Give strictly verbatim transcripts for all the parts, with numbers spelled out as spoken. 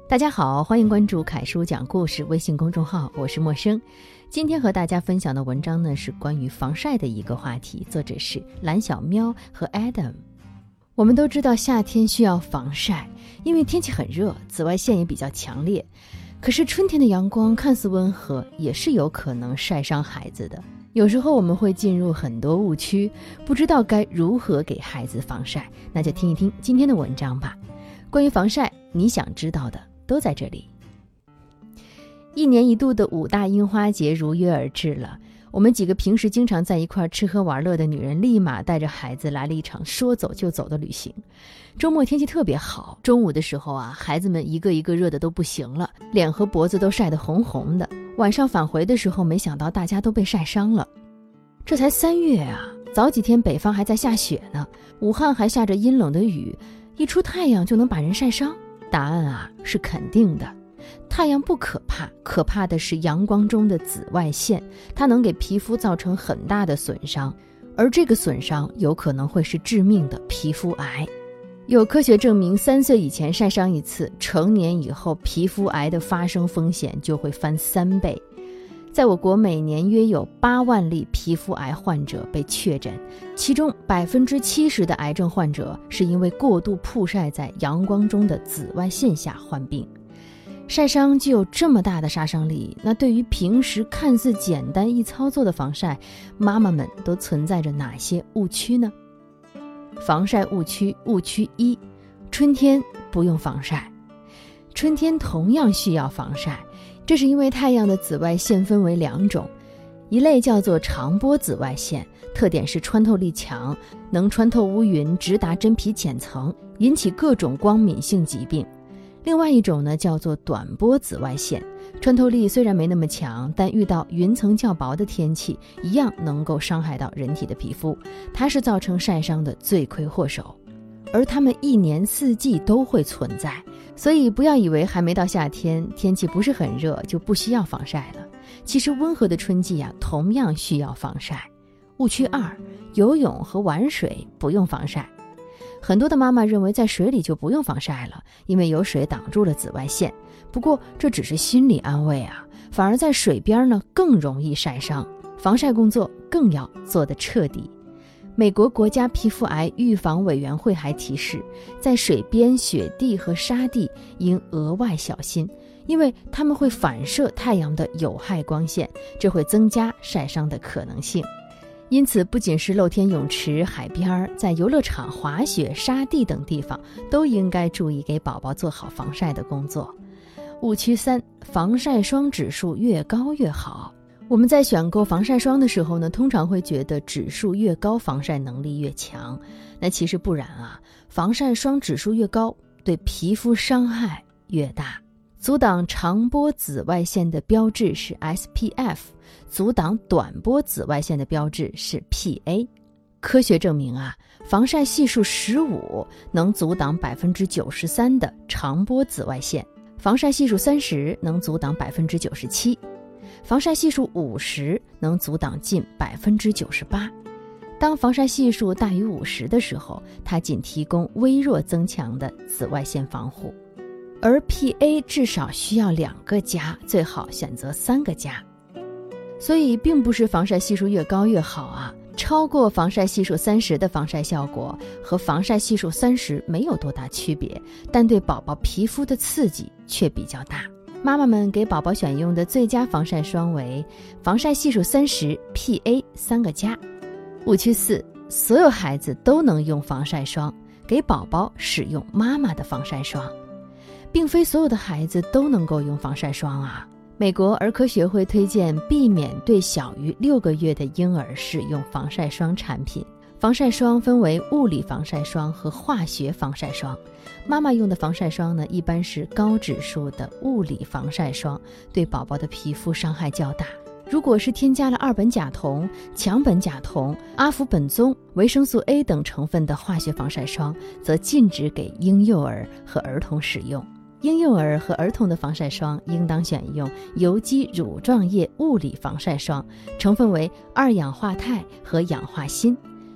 大家好，欢迎关注凯叔讲故事微信公众号，我是陌生。今天和大家分享的文章呢，是关于防晒的一个话题，作者是蓝小喵和 Adam。 我们都知道夏天需要防晒，因为天气很热，紫外线也比较强烈。可是春天的阳光看似温和，也是有可能晒伤孩子的。有时候我们会进入很多误区，不知道该如何给孩子防晒。那就听一听今天的文章吧。关于防晒，你想知道的都在这里。一年一度的五大樱花节如约而至了，我们几个平时经常在一块吃喝玩乐的女人，立马带着孩子来了一场说走就走的旅行。周末天气特别好，中午的时候啊，孩子们一个一个热得都不行了，脸和脖子都晒得红红的。晚上返回的时候，没想到大家都被晒伤了。这才三月啊，早几天北方还在下雪呢，武汉还下着阴冷的雨，一出太阳就能把人晒伤？答案啊是肯定的。太阳不可怕，可怕的是阳光中的紫外线，它能给皮肤造成很大的损伤，而这个损伤有可能会是致命的皮肤癌。有科学证明，三岁以前晒伤一次，成年以后皮肤癌的发生风险就会翻三倍。在我国每年约有八万例皮肤癌患者被确诊，其中百分之七十的癌症患者是因为过度曝晒在阳光中的紫外线下患病。晒伤具有这么大的杀伤力，那对于平时看似简单易操作的防晒，妈妈们都存在着哪些误区呢？防晒误区，误区一，春天不用防晒。春天同样需要防晒，这是因为太阳的紫外线分为两种，一类叫做长波紫外线，特点是穿透力强，能穿透乌云，直达真皮浅层，引起各种光敏性疾病。另外一种呢，叫做短波紫外线，穿透力虽然没那么强，但遇到云层较薄的天气，一样能够伤害到人体的皮肤，它是造成晒伤的罪魁祸首。而它们一年四季都会存在，所以不要以为还没到夏天，天气不是很热就不需要防晒了。其实温和的春季啊，同样需要防晒。误区二，游泳和玩水不用防晒。很多的妈妈认为在水里就不用防晒了，因为有水挡住了紫外线。不过这只是心理安慰啊，反而在水边呢更容易晒伤，防晒工作更要做得彻底。美国国家皮肤癌预防委员会还提示，在水边、雪地和沙地应额外小心，因为它们会反射太阳的有害光线，这会增加晒伤的可能性。因此不仅是露天泳池、海边，在游乐场、滑雪、沙地等地方都应该注意给宝宝做好防晒的工作。误区三，防晒霜指数越高越好。我们在选购防晒霜的时候呢，通常会觉得指数越高防晒能力越强，那其实不然啊，防晒霜指数越高，对皮肤伤害越大。阻挡长波紫外线的标志是 S P F， 阻挡短波紫外线的标志是 P A。 科学证明啊，防晒系数十五能阻挡 百分之九十三 的长波紫外线，防晒系数三十能阻挡 百分之九十七， 防晒系数五十能阻挡近 百分之九十八。 当防晒系数大于五十的时候，它仅提供微弱增强的紫外线防护。而 P A 至少需要两个加，最好选择三个加。所以并不是防晒系数越高越好啊，超过防晒系数三十的防晒效果和防晒系数三十没有多大区别，但对宝宝皮肤的刺激却比较大。妈妈们给宝宝选用的最佳防晒霜为防晒系数三十 P A 三个加。误区四，所有孩子都能用防晒霜，给宝宝使用妈妈的防晒霜。并非所有的孩子都能够用防晒霜啊。美国儿科学会推荐避免对小于六个月的婴儿使用防晒霜产品。防晒霜分为物理防晒霜和化学防晒霜。妈妈用的防晒霜呢，一般是高指数的物理防晒霜，对宝宝的皮肤伤害较大。如果是添加了二苯甲酮、强苯甲酮、阿氟苯宗、维生素 A 等成分的化学防晒霜，则禁止给婴幼儿和儿童使用。婴幼儿和儿童的防晒霜应当选用有机乳状液物理防晒霜，成分为二氧化钛和氧化锌。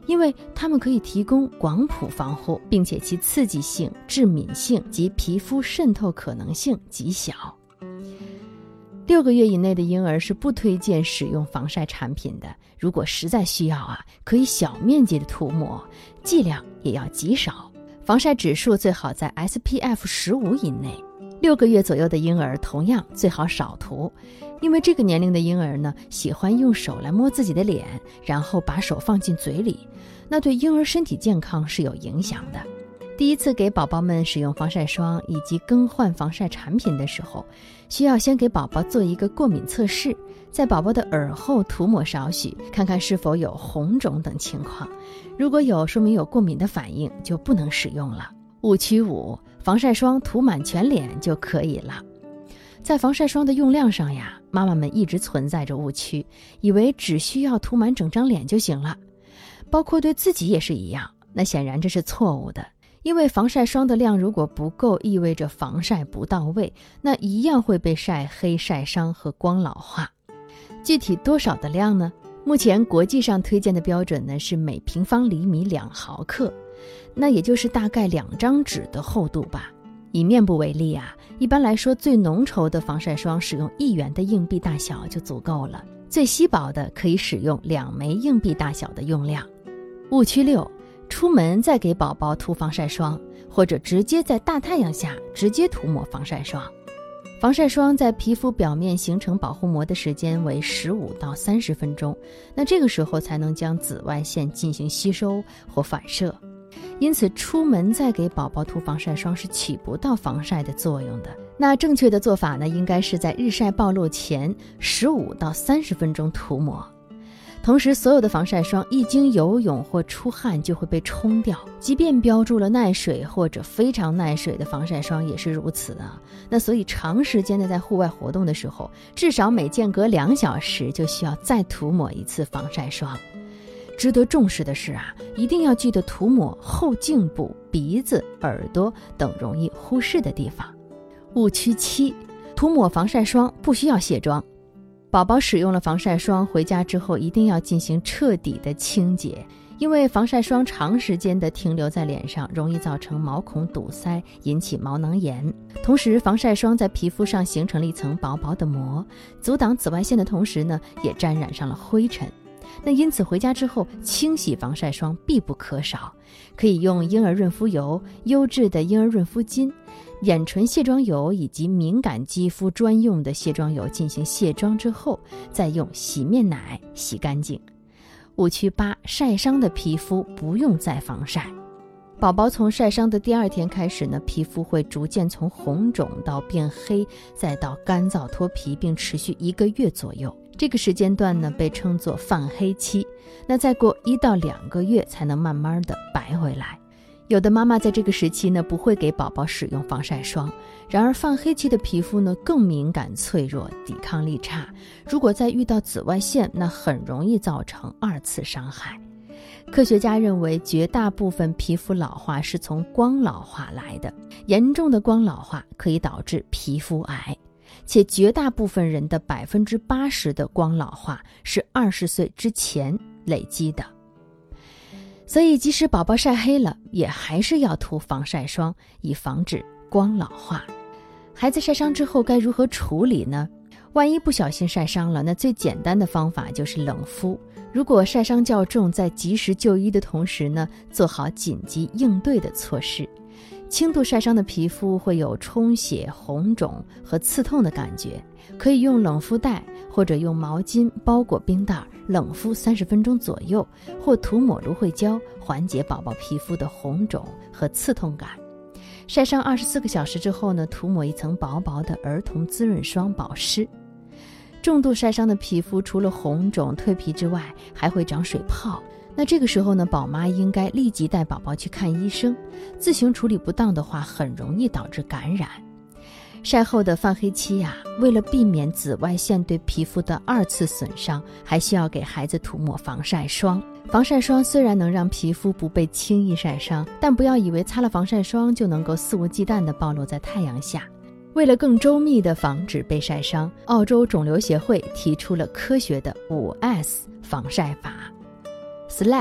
因为它们可以提供广谱防护，并且其刺激性、致敏性及皮肤渗透可能性极小。六个月以内的婴儿是不推荐使用防晒产品的，如果实在需要啊，可以小面积的涂抹，剂量也要极少。防晒指数最好在 S P F 十五 以内。六个月左右的婴儿同样最好少涂，因为这个年龄的婴儿呢，喜欢用手来摸自己的脸，然后把手放进嘴里，那对婴儿身体健康是有影响的。第一次给宝宝们使用防晒霜以及更换防晒产品的时候，需要先给宝宝做一个过敏测试，在宝宝的耳后涂抹少许，看看是否有红肿等情况。如果有，说明有过敏的反应，就不能使用了。误区五，防晒霜涂满全脸就可以了。在防晒霜的用量上呀，妈妈们一直存在着误区，以为只需要涂满整张脸就行了，包括对自己也是一样。那显然这是错误的。因为防晒霜的量如果不够，意味着防晒不到位，那一样会被晒黑、晒伤和光老化。具体多少的量呢？目前国际上推荐的标准呢是每平方厘米两毫克，那也就是大概两张纸的厚度吧。以面部为例啊，一般来说最浓稠的防晒霜使用一元的硬币大小就足够了，最稀薄的可以使用两枚硬币大小的用量。误区六，出门再给宝宝涂防晒霜，或者直接在大太阳下直接涂抹防晒霜。防晒霜在皮肤表面形成保护膜的时间为十五到三十分钟，那这个时候才能将紫外线进行吸收或反射。因此出门再给宝宝涂防晒霜是起不到防晒的作用的。那正确的做法呢，应该是在日晒暴露前十五到三十分钟涂抹。同时所有的防晒霜一经游泳或出汗就会被冲掉，即便标注了耐水或者非常耐水的防晒霜也是如此啊。那所以长时间的在户外活动的时候，至少每间隔两小时就需要再涂抹一次防晒霜。值得重视的是啊，一定要记得涂抹后颈部、鼻子、耳朵等容易忽视的地方。误区七，涂抹防晒霜不需要卸妆。宝宝使用了防晒霜回家之后，一定要进行彻底的清洁，因为防晒霜长时间的停留在脸上，容易造成毛孔堵塞，引起毛囊炎。同时防晒霜在皮肤上形成了一层薄薄的膜，阻挡紫外线的同时呢，也沾染上了灰尘。那因此回家之后清洗防晒霜必不可少，可以用婴儿润肤油、优质的婴儿润肤巾、眼唇卸妆油以及敏感肌肤专用的卸妆油进行卸妆之后，再用洗面奶洗干净。误区八，晒伤的皮肤不用再防晒。宝宝从晒伤的第二天开始呢，皮肤会逐渐从红肿到变黑，再到干燥脱皮，并持续一个月左右。这个时间段呢，被称作泛黑期。那再过一到两个月才能慢慢的白回来。有的妈妈在这个时期呢，不会给宝宝使用防晒霜，然而泛黑期的皮肤呢更敏感脆弱，抵抗力差，如果再遇到紫外线，那很容易造成二次伤害。科学家认为，绝大部分皮肤老化是从光老化来的，严重的光老化可以导致皮肤癌，且绝大部分人的百分之八十的光老化是二十岁之前累积的。所以即使宝宝晒黑了，也还是要涂防晒霜，以防止光老化。孩子晒伤之后该如何处理呢？万一不小心晒伤了，那最简单的方法就是冷敷。如果晒伤较重，在及时就医的同时呢，做好紧急应对的措施。轻度晒伤的皮肤会有充血、红肿和刺痛的感觉，可以用冷敷袋或者用毛巾包裹冰袋冷敷三十分钟左右，或涂抹芦荟胶缓解宝宝皮肤的红肿和刺痛感。晒伤二十四个小时之后呢，涂抹一层薄薄的儿童滋润霜保湿。重度晒伤的皮肤除了红肿蜕皮之外，还会长水泡。那这个时候呢，宝妈应该立即带宝宝去看医生，自行处理不当的话，很容易导致感染。晒后的泛黑期啊，为了避免紫外线对皮肤的二次损伤，还需要给孩子涂抹防晒霜。防晒霜虽然能让皮肤不被轻易晒伤，但不要以为擦了防晒霜就能够肆无忌惮地暴露在太阳下。为了更周密地防止被晒伤，澳洲肿瘤协会提出了科学的 五 S 防晒法。S L A P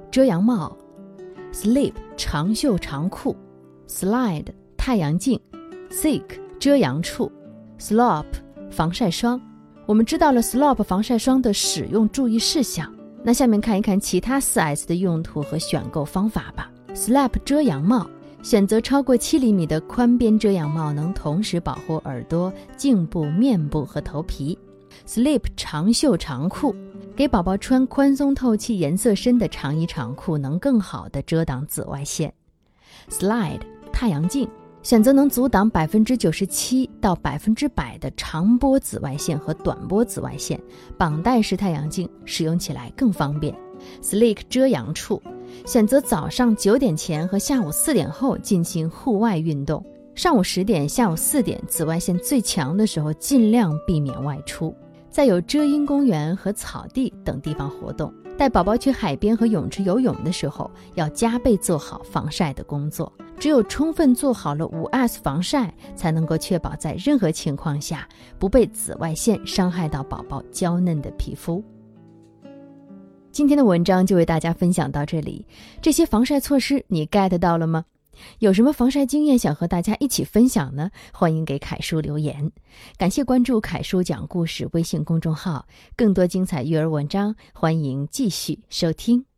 遮阳帽， slip 长袖长裤， slide 太阳镜， thick 遮阳处， slop 防晒霜。我们知道了 slop 防晒霜的使用注意事项，那下面看一看其他 四 S 的用途和选购方法吧。 slap 遮阳帽，选择超过七厘米的宽边遮阳帽，能同时保护耳朵、颈部、面部和头皮。 slip 长袖长裤，给宝宝穿宽松透气、颜色深的长衣长裤，能更好地遮挡紫外线。 slide 太阳镜，选择能阻挡 百分之九十七 到 百分之百 的长波紫外线和短波紫外线，绑带式太阳镜使用起来更方便。 slick 遮阳处，选择早上九点前和下午四点后进行户外运动，上午十点、下午四点紫外线最强的时候尽量避免外出，在有遮阴公园和草地等地方活动。带宝宝去海边和泳池游泳的时候，要加倍做好防晒的工作。只有充分做好了 五 S 防晒，才能够确保在任何情况下不被紫外线伤害到宝宝娇嫩的皮肤。今天的文章就为大家分享到这里，这些防晒措施你 get 到了吗？有什么防晒经验想和大家一起分享呢？欢迎给凯叔留言。感谢关注凯叔讲故事微信公众号，更多精彩育儿文章，欢迎继续收听。